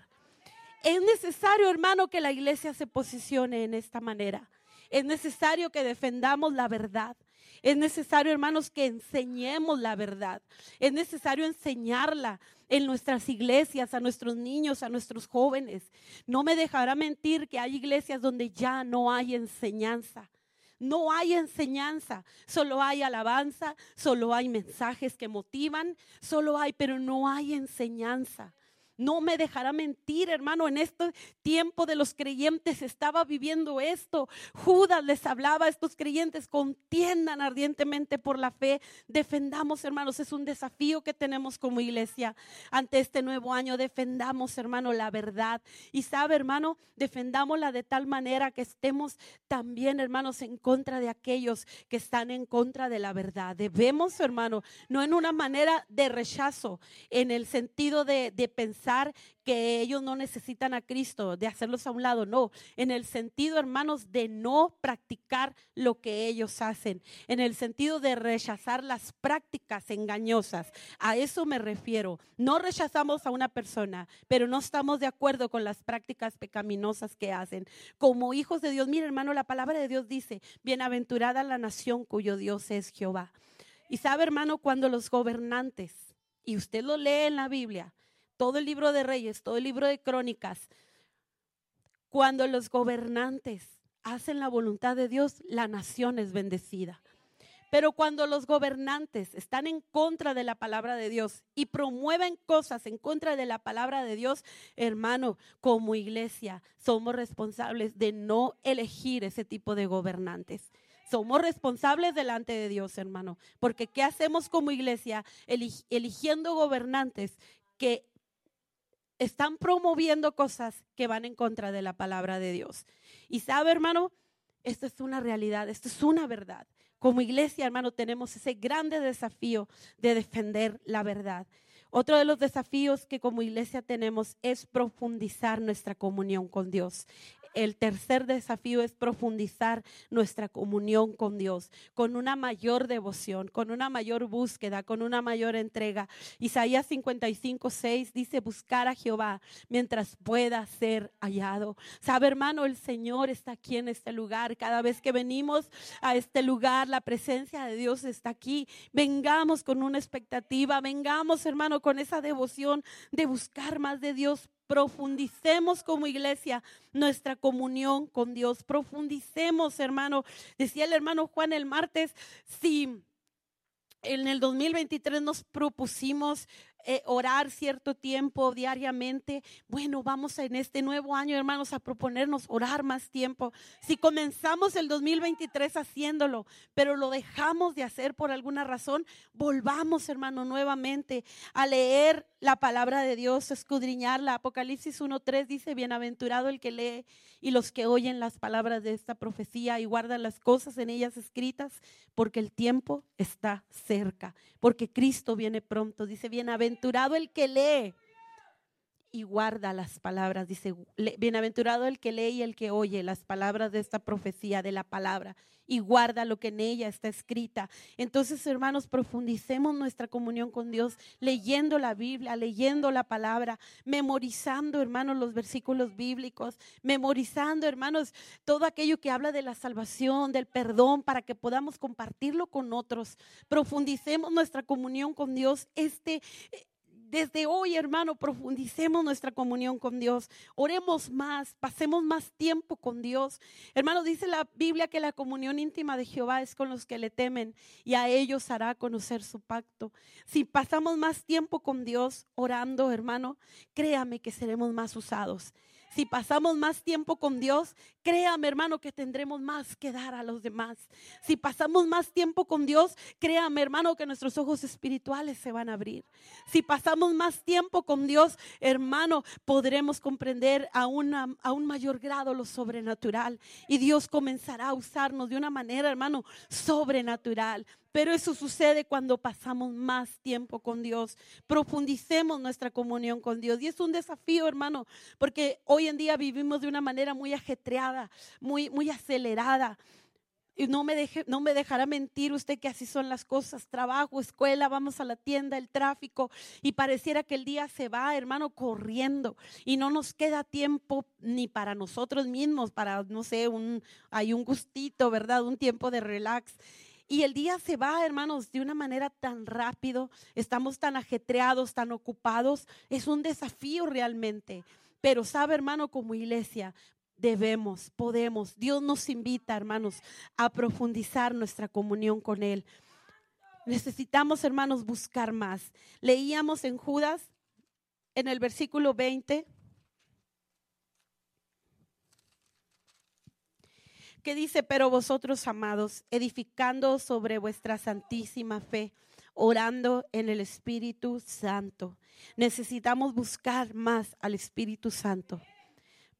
Es necesario, hermano, que la iglesia se posicione en esta manera. Es necesario que defendamos la verdad. Es necesario, hermanos, que enseñemos la verdad. Es necesario enseñarla en nuestras iglesias, a nuestros niños, a nuestros jóvenes. No me dejará mentir que hay iglesias donde ya no hay enseñanza. No hay enseñanza, solo hay alabanza, solo hay mensajes que motivan, solo hay, pero no hay enseñanza. No me dejará mentir, hermano, en este tiempo de los creyentes estaba viviendo esto. Judas les hablaba a estos creyentes: contiendan ardientemente por la fe. Defendamos, hermanos, es un desafío que tenemos como iglesia ante este nuevo año. Defendamos, hermano, la verdad. Y sabe, hermano, defendámosla de tal manera que estemos también, hermanos, en contra de aquellos que están en contra de la verdad. Debemos, hermano, no en una manera de rechazo, en el sentido de, de pensar pensar que ellos no necesitan a Cristo, de hacerlos a un lado, no, en el sentido, hermanos, de no practicar lo que ellos hacen, en el sentido de rechazar las prácticas engañosas. A eso me refiero. No rechazamos a una persona, pero no estamos de acuerdo con las prácticas pecaminosas que hacen. Como hijos de Dios, mire, hermano, la palabra de Dios dice, bienaventurada la nación cuyo Dios es Jehová. Y sabe, hermano, cuando los gobernantes, y usted lo lee en la Biblia, todo el libro de Reyes, todo el libro de Crónicas, cuando los gobernantes hacen la voluntad de Dios, la nación es bendecida. Pero cuando los gobernantes están en contra de la palabra de Dios y promueven cosas en contra de la palabra de Dios, hermano, como iglesia somos responsables de no elegir ese tipo de gobernantes. Somos responsables delante de Dios, hermano, porque ¿qué hacemos como iglesia? Elig- eligiendo gobernantes que están promoviendo cosas que van en contra de la palabra de Dios. Y sabe, hermano, esto es una realidad, esto es una verdad. Como iglesia, hermano, tenemos ese grande desafío de defender la verdad. Otro de los desafíos que como iglesia tenemos es profundizar nuestra comunión con Dios. El tercer desafío es profundizar nuestra comunión con Dios, con una mayor devoción, con una mayor búsqueda, con una mayor entrega. Isaías cincuenta y cinco, seis dice, buscar a Jehová mientras pueda ser hallado. Sabe, hermano, el Señor está aquí en este lugar. Cada vez que venimos a este lugar, la presencia de Dios está aquí. Vengamos con una expectativa, vengamos, hermano, con esa devoción de buscar más de Dios. Profundicemos como iglesia nuestra comunión con Dios. Profundicemos, hermano. Decía el hermano Juan el martes, si en el dos mil veintitrés nos propusimos eh, orar cierto tiempo diariamente, bueno, vamos en este nuevo año, hermanos, a proponernos orar más tiempo. Si comenzamos el dos mil veintitrés haciéndolo, pero lo dejamos de hacer por alguna razón, volvamos, hermano, nuevamente a leer la palabra de Dios, escudriñarla. Apocalipsis uno tres dice, bienaventurado el que lee y los que oyen las palabras de esta profecía y guardan las cosas en ellas escritas, porque el tiempo está cerca, porque Cristo viene pronto. Dice, bienaventurado el que lee y guarda las palabras. Dice, bienaventurado el que lee y el que oye las palabras de esta profecía, de la palabra, y guarda lo que en ella está escrita. Entonces, hermanos, profundicemos nuestra comunión con Dios, leyendo la Biblia, leyendo la palabra, memorizando, hermanos, los versículos bíblicos, memorizando, hermanos, todo aquello que habla de la salvación, del perdón, para que podamos compartirlo con otros. Profundicemos nuestra comunión con Dios. Este Desde hoy, hermano, profundicemos nuestra comunión con Dios. Oremos más, pasemos más tiempo con Dios. Hermano, dice la Biblia que la comunión íntima de Jehová es con los que le temen y a ellos hará conocer su pacto. Si pasamos más tiempo con Dios orando, hermano, créame que seremos más usados. Si pasamos más tiempo con Dios, créame, hermano, que tendremos más que dar a los demás. Si pasamos más tiempo con Dios, créame, hermano, que nuestros ojos espirituales se van a abrir. Si pasamos más tiempo con Dios, hermano, podremos comprender a, una, a un mayor grado lo sobrenatural. Y Dios comenzará a usarnos de una manera, hermano, sobrenatural. Pero eso sucede cuando pasamos más tiempo con Dios. Profundicemos nuestra comunión con Dios. Y es un desafío, hermano, porque hoy en día vivimos de una manera muy ajetreada, muy, muy acelerada. Y no me, deje, no me dejará mentir usted que así son las cosas. Trabajo, escuela, vamos a la tienda, el tráfico. Y pareciera que el día se va, hermano, corriendo. Y no nos queda tiempo ni para nosotros mismos, para, no sé, un, hay un gustito, ¿verdad? Un tiempo de relax. Y el día se va, hermanos, de una manera tan rápido. Estamos tan ajetreados, tan ocupados. Es un desafío realmente. Pero sabe, hermano, como iglesia debemos, podemos. Dios nos invita, hermanos, a profundizar nuestra comunión con Él. Necesitamos, hermanos, buscar más. Leíamos en Judas, en el versículo veinte, que dice, pero vosotros, amados, edificando sobre vuestra santísima fe, orando en el Espíritu Santo. Necesitamos buscar más al Espíritu Santo.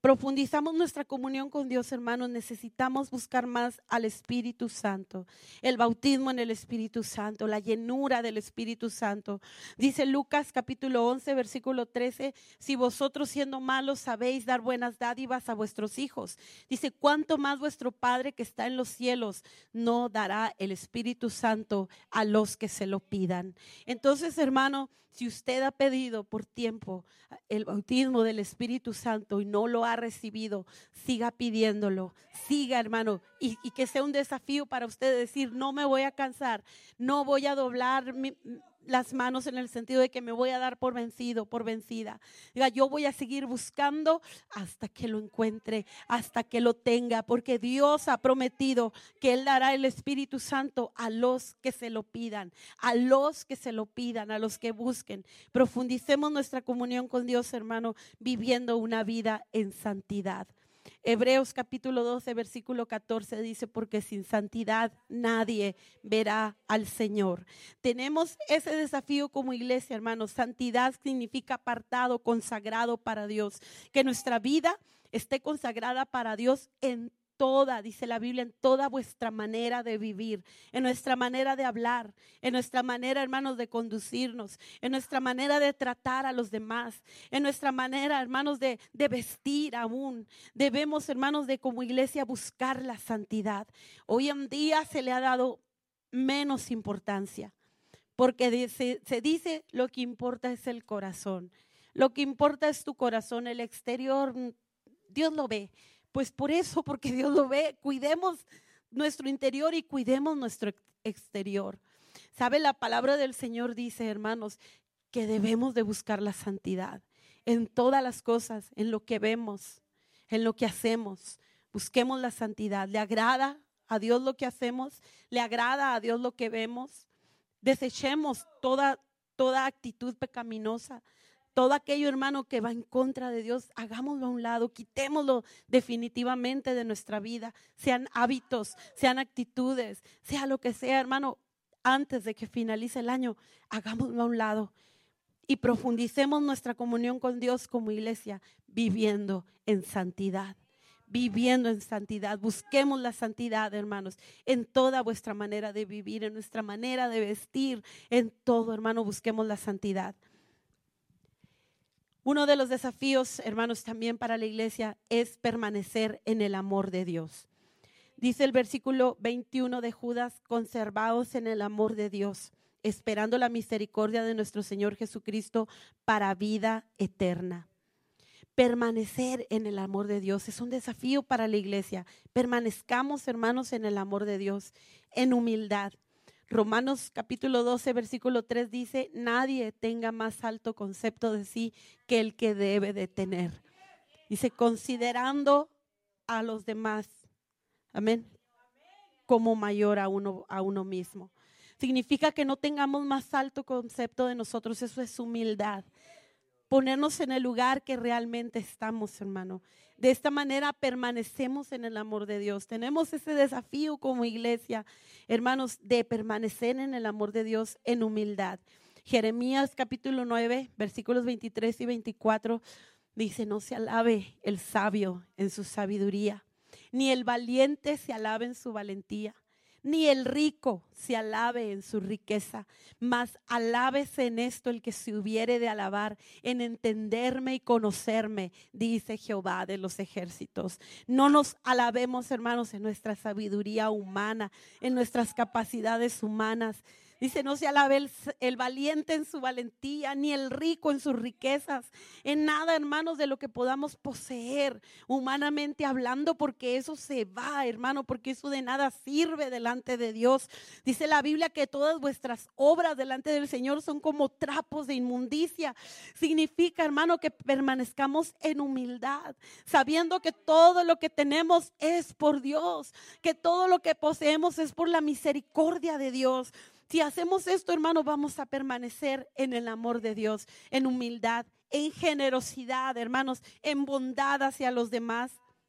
profundizamos nuestra comunión con Dios, hermanos, necesitamos buscar más al Espíritu Santo, el bautismo en el Espíritu Santo, la llenura del Espíritu Santo. Dice Lucas capítulo once, versículo trece, si vosotros siendo malos sabéis dar buenas dádivas a vuestros hijos, dice, cuánto más vuestro Padre que está en los cielos no dará el Espíritu Santo a los que se lo pidan. Entonces, hermano, si usted ha pedido por tiempo el bautismo del Espíritu Santo y no lo ha recibido, siga pidiéndolo, siga, hermano, y, y que sea un desafío para usted decir, no me voy a cansar, no voy a doblar mi, las manos en el sentido de que me voy a dar por vencido, por vencida. Diga, yo voy a seguir buscando hasta que lo encuentre, hasta que lo tenga, porque Dios ha prometido que Él dará el Espíritu Santo a los que se lo pidan, a los que se lo pidan, a los que busquen. Profundicemos nuestra comunión con Dios, hermano, viviendo una vida en santidad. Hebreos capítulo doce, versículo catorce dice, porque sin santidad nadie verá al Señor. Tenemos ese desafío como iglesia, hermanos. Santidad significa apartado, consagrado para Dios. Que nuestra vida esté consagrada para Dios en toda, dice la Biblia, en toda vuestra manera de vivir, en nuestra manera de hablar, en nuestra manera, hermanos, de conducirnos, en nuestra manera de tratar a los demás, en nuestra manera, hermanos, de, de vestir aún. Debemos, hermanos, de como iglesia buscar la santidad. Hoy en día se le ha dado menos importancia, porque se, se dice lo que importa es el corazón, lo que importa es tu corazón, el exterior, Dios lo ve. Pues por eso, porque Dios lo ve, cuidemos nuestro interior y cuidemos nuestro exterior. ¿Sabe? La palabra del Señor dice, hermanos, que debemos de buscar la santidad en todas las cosas, en lo que vemos, en lo que hacemos. Busquemos la santidad. ¿Le agrada a Dios lo que hacemos? ¿Le agrada a Dios lo que vemos? Desechemos toda, toda actitud pecaminosa. Todo aquello, hermano, que va en contra de Dios, hagámoslo a un lado, quitémoslo definitivamente de nuestra vida, sean hábitos, sean actitudes, sea lo que sea, hermano, antes de que finalice el año, hagámoslo a un lado y profundicemos nuestra comunión con Dios como iglesia, viviendo en santidad, viviendo en santidad. Busquemos la santidad, hermanos, en toda vuestra manera de vivir, en nuestra manera de vestir, en todo, hermano, busquemos la santidad. Uno de los desafíos, hermanos, también para la iglesia es permanecer en el amor de Dios. Dice el versículo veintiuno de Judas, conservaos en el amor de Dios, esperando la misericordia de nuestro Señor Jesucristo para vida eterna. Permanecer en el amor de Dios es un desafío para la iglesia. Permanezcamos, hermanos, en el amor de Dios, en humildad. Romanos capítulo doce, versículo tres dice, nadie tenga más alto concepto de sí que el que debe de tener. Dice, considerando a los demás, amén, como mayor a uno, a uno mismo. Significa que no tengamos más alto concepto de nosotros, eso es humildad. Ponernos en el lugar que realmente estamos, hermano. De esta manera permanecemos en el amor de Dios. Tenemos ese desafío como iglesia, hermanos, de permanecer en el amor de Dios en humildad. Jeremías capítulo nueve, versículos veintitrés y veinticuatro, dice, no se alabe el sabio en su sabiduría, ni el valiente se alabe en su valentía, ni el rico se alabe en su riqueza, mas alábese en esto el que se hubiere de alabar, en entenderme y conocerme, dice Jehová de los ejércitos. No nos alabemos, hermanos, en nuestra sabiduría humana, en nuestras capacidades humanas. Dice, no se alabe el, el valiente en su valentía, ni el rico en sus riquezas, en nada, hermanos, de lo que podamos poseer humanamente hablando, porque eso se va, hermano, porque eso de nada sirve delante de Dios. Dice la Biblia que todas vuestras obras delante del Señor son como trapos de inmundicia. Significa, hermano, que permanezcamos en humildad, sabiendo que todo lo que tenemos es por Dios, que todo lo que poseemos es por la misericordia de Dios. Si hacemos esto, hermano, vamos a permanecer en el amor de Dios, en humildad, en generosidad, hermanos, en bondad hacia los demás.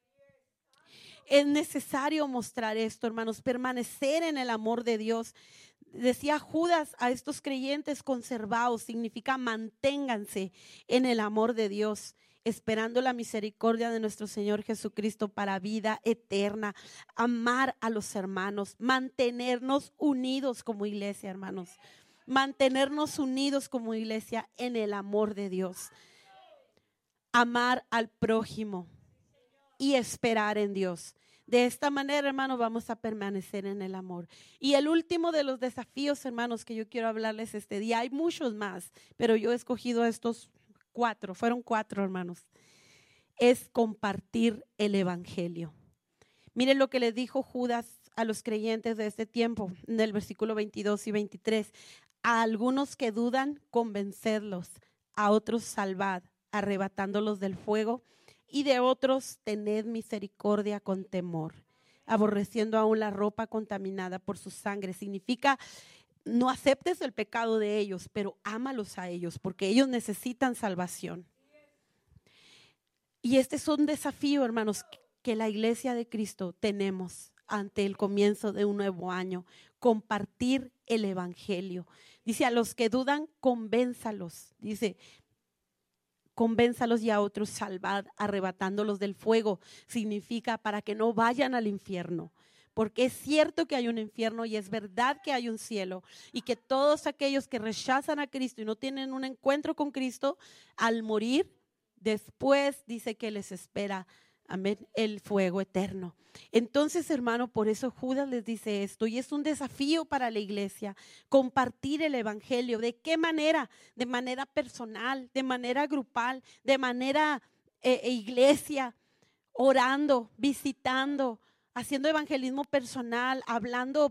Es necesario mostrar esto, hermanos, permanecer en el amor de Dios. Decía Judas a estos creyentes, conservaos, significa manténganse en el amor de Dios. esperando la misericordia de nuestro Señor Jesucristo para vida eterna, amar a los hermanos, mantenernos unidos como iglesia, hermanos, mantenernos unidos como iglesia en el amor de Dios, amar al prójimo y esperar en Dios. De esta manera, hermanos, vamos a permanecer en el amor. Y el último de los desafíos, hermanos, que yo quiero hablarles este día, hay muchos más, pero yo he escogido estos cuatro, fueron cuatro, hermanos, es compartir el evangelio. Miren lo que le dijo Judas a los creyentes de este tiempo, en el versículo veintidós y veintitrés. A algunos que dudan, convencedlos; a otros salvad, arrebatándolos del fuego; y de otros tened misericordia con temor, aborreciendo aún la ropa contaminada por su sangre. Significa, no aceptes el pecado de ellos, pero ámalos a ellos, porque ellos necesitan salvación. Y este es un desafío, hermanos, que la iglesia de Cristo tenemos ante el comienzo de un nuevo año: compartir el evangelio. Dice, a los que dudan, convénzalos. Dice, convénzalos; y a otros salvad, arrebatándolos del fuego. Significa para que no vayan al infierno, porque es cierto que hay un infierno y es verdad que hay un cielo, y que todos aquellos que rechazan a Cristo y no tienen un encuentro con Cristo, al morir, después dice que les espera, amén, el fuego eterno. Entonces, hermano, por eso Judas les dice esto, y es un desafío para la iglesia compartir el evangelio. ¿De qué manera? De manera personal, de manera grupal, de manera eh, iglesia, orando, visitando, haciendo evangelismo personal, hablando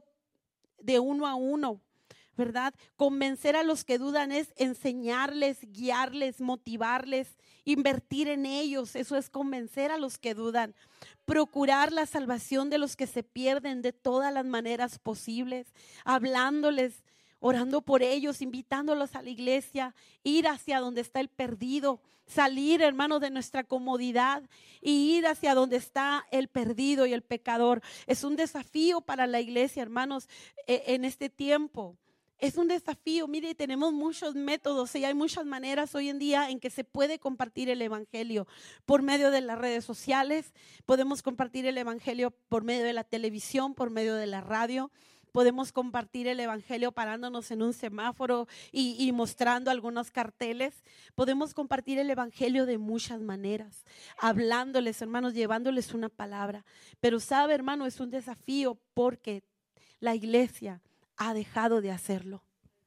de uno a uno, ¿verdad? Convencer a los que dudan es enseñarles, guiarles, motivarles, invertir en ellos. Eso es convencer a los que dudan. Procurar la salvación de los que se pierden de todas las maneras posibles, hablándoles, orando por ellos, invitándolos a la iglesia, ir hacia donde está el perdido, salir, hermanos, de nuestra comodidad y ir hacia donde está el perdido y el pecador. Es un desafío para la iglesia, hermanos, en este tiempo. Es un desafío. Mire, tenemos muchos métodos y hay muchas maneras hoy en día en que se puede compartir el evangelio. Por medio de las redes sociales, podemos compartir el evangelio por medio de la televisión, por medio de la radio. Podemos compartir el evangelio parándonos en un semáforo y, y mostrando algunos carteles. Podemos compartir el evangelio de muchas maneras, hablándoles, hermanos, llevándoles una palabra. Pero sabe, hermano, es un desafío porque la iglesia ha dejado de hacerlo,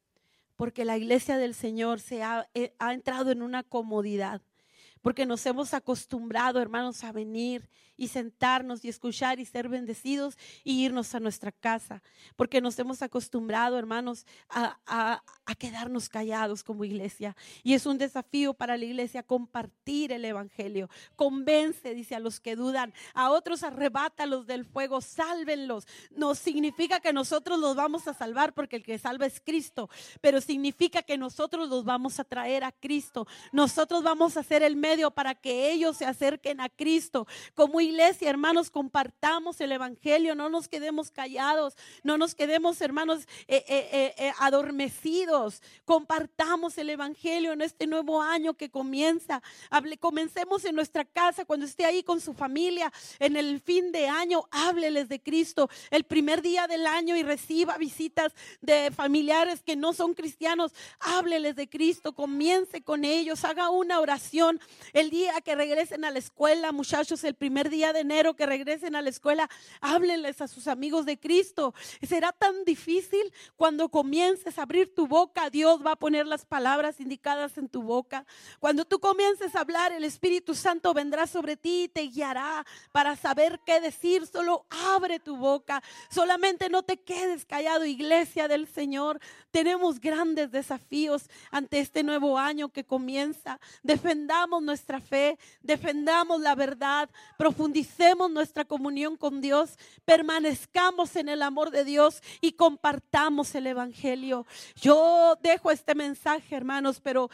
porque la iglesia del Señor se ha, eh, ha entrado en una comodidad, porque nos hemos acostumbrado, hermanos, a venir y sentarnos y escuchar y ser bendecidos y irnos a nuestra casa, porque nos hemos acostumbrado, hermanos, a, a, a quedarnos callados como iglesia. Y es un desafío para la iglesia compartir el evangelio. Convence, dice, a los que dudan; a otros arrebátalos del fuego, sálvenlos. No significa que nosotros los vamos a salvar, porque el que salva es Cristo, pero significa que nosotros los vamos a traer a Cristo. Nosotros vamos a ser el medio para que ellos se acerquen a Cristo. Como iglesia, hermanos, compartamos el evangelio, no nos quedemos callados, no nos quedemos, hermanos, eh, eh, eh, eh, adormecidos. Compartamos el evangelio en este nuevo año que comienza. Hable, comencemos en nuestra casa, cuando esté ahí con su familia, en el fin de año, hábleles de Cristo el primer día del año y reciba visitas de familiares que no son cristianos. Hábleles de Cristo, comience con ellos, haga una oración. El día que regresen a la escuela, muchachos, el primer día de enero que regresen a la escuela, háblenles a sus amigos de Cristo. Será tan difícil cuando comiences a abrir tu boca. Dios va a poner las palabras indicadas en tu boca. Cuando tú comiences a hablar, el Espíritu Santo vendrá sobre ti y te guiará para saber qué decir. Solo abre tu boca, solamente no te quedes callado, iglesia del Señor. Tenemos grandes desafíos ante este nuevo año que comienza. Defendamos nuestra fe, defendamos la verdad, profundicemos nuestra comunión con Dios, permanezcamos en el amor de Dios y compartamos el evangelio. Yo dejo este mensaje, hermanos, pero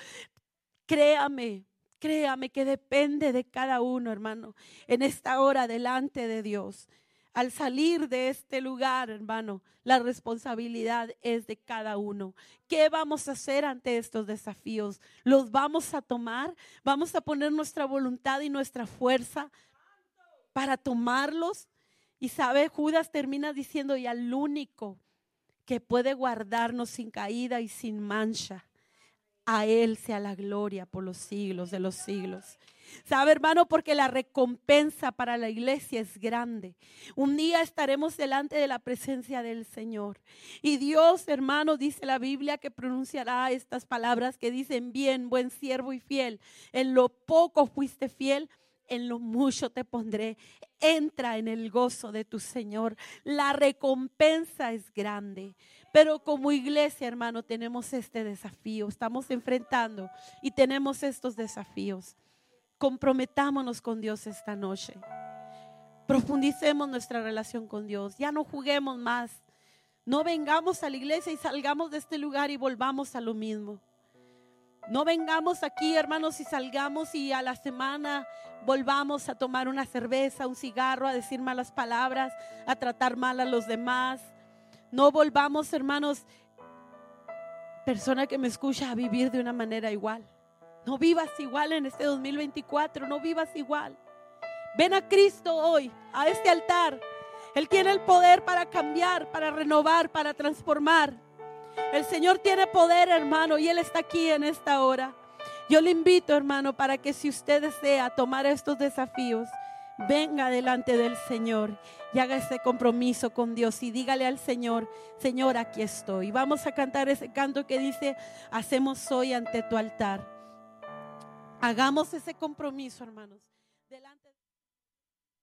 créame, créame que depende de cada uno, hermano, en esta hora delante de Dios. al salir de este lugar, hermano, la responsabilidad es de cada uno. ¿Qué vamos a hacer ante estos desafíos? ¿Los vamos a tomar? ¿Vamos a poner nuestra voluntad y nuestra fuerza para tomarlos? Y sabe, Judas termina diciendo, y al único que puede guardarnos sin caída y sin mancha, a Él sea la gloria por los siglos de los siglos. ¿Sabe, hermano? Porque la recompensa para la iglesia es grande. Un día estaremos delante de la presencia del Señor. Y Dios, hermano, dice la Biblia que pronunciará estas palabras que dicen: bien, buen siervo y fiel. En lo poco fuiste fiel, en lo mucho te pondré. Entra en el gozo de tu Señor. La recompensa es grande. Pero como iglesia, hermano, tenemos este desafío. Estamos enfrentando y tenemos estos desafíos. Comprometámonos con Dios esta noche. Profundicemos nuestra relación con Dios. Ya no juguemos más. No vengamos a la iglesia y salgamos de este lugar y volvamos a lo mismo. No vengamos aquí, hermanos, y salgamos y a la semana volvamos a tomar una cerveza, un cigarro, a decir malas palabras, a tratar mal a los demás. No volvamos, hermanos, persona que me escucha, a vivir de una manera igual. No vivas igual en este dos mil veinticuatro, no vivas igual. Ven a Cristo hoy, a este altar. Él tiene el poder para cambiar, para renovar, para transformar. El Señor tiene poder, hermano, y Él está aquí en esta hora. Yo le invito, hermano, para que si usted desea tomar estos desafíos, venga delante del Señor y haga ese compromiso con Dios y dígale al Señor: Señor, aquí estoy. Vamos a cantar ese canto que dice: hacemos hoy ante tu altar. Hagamos ese compromiso, hermanos, delante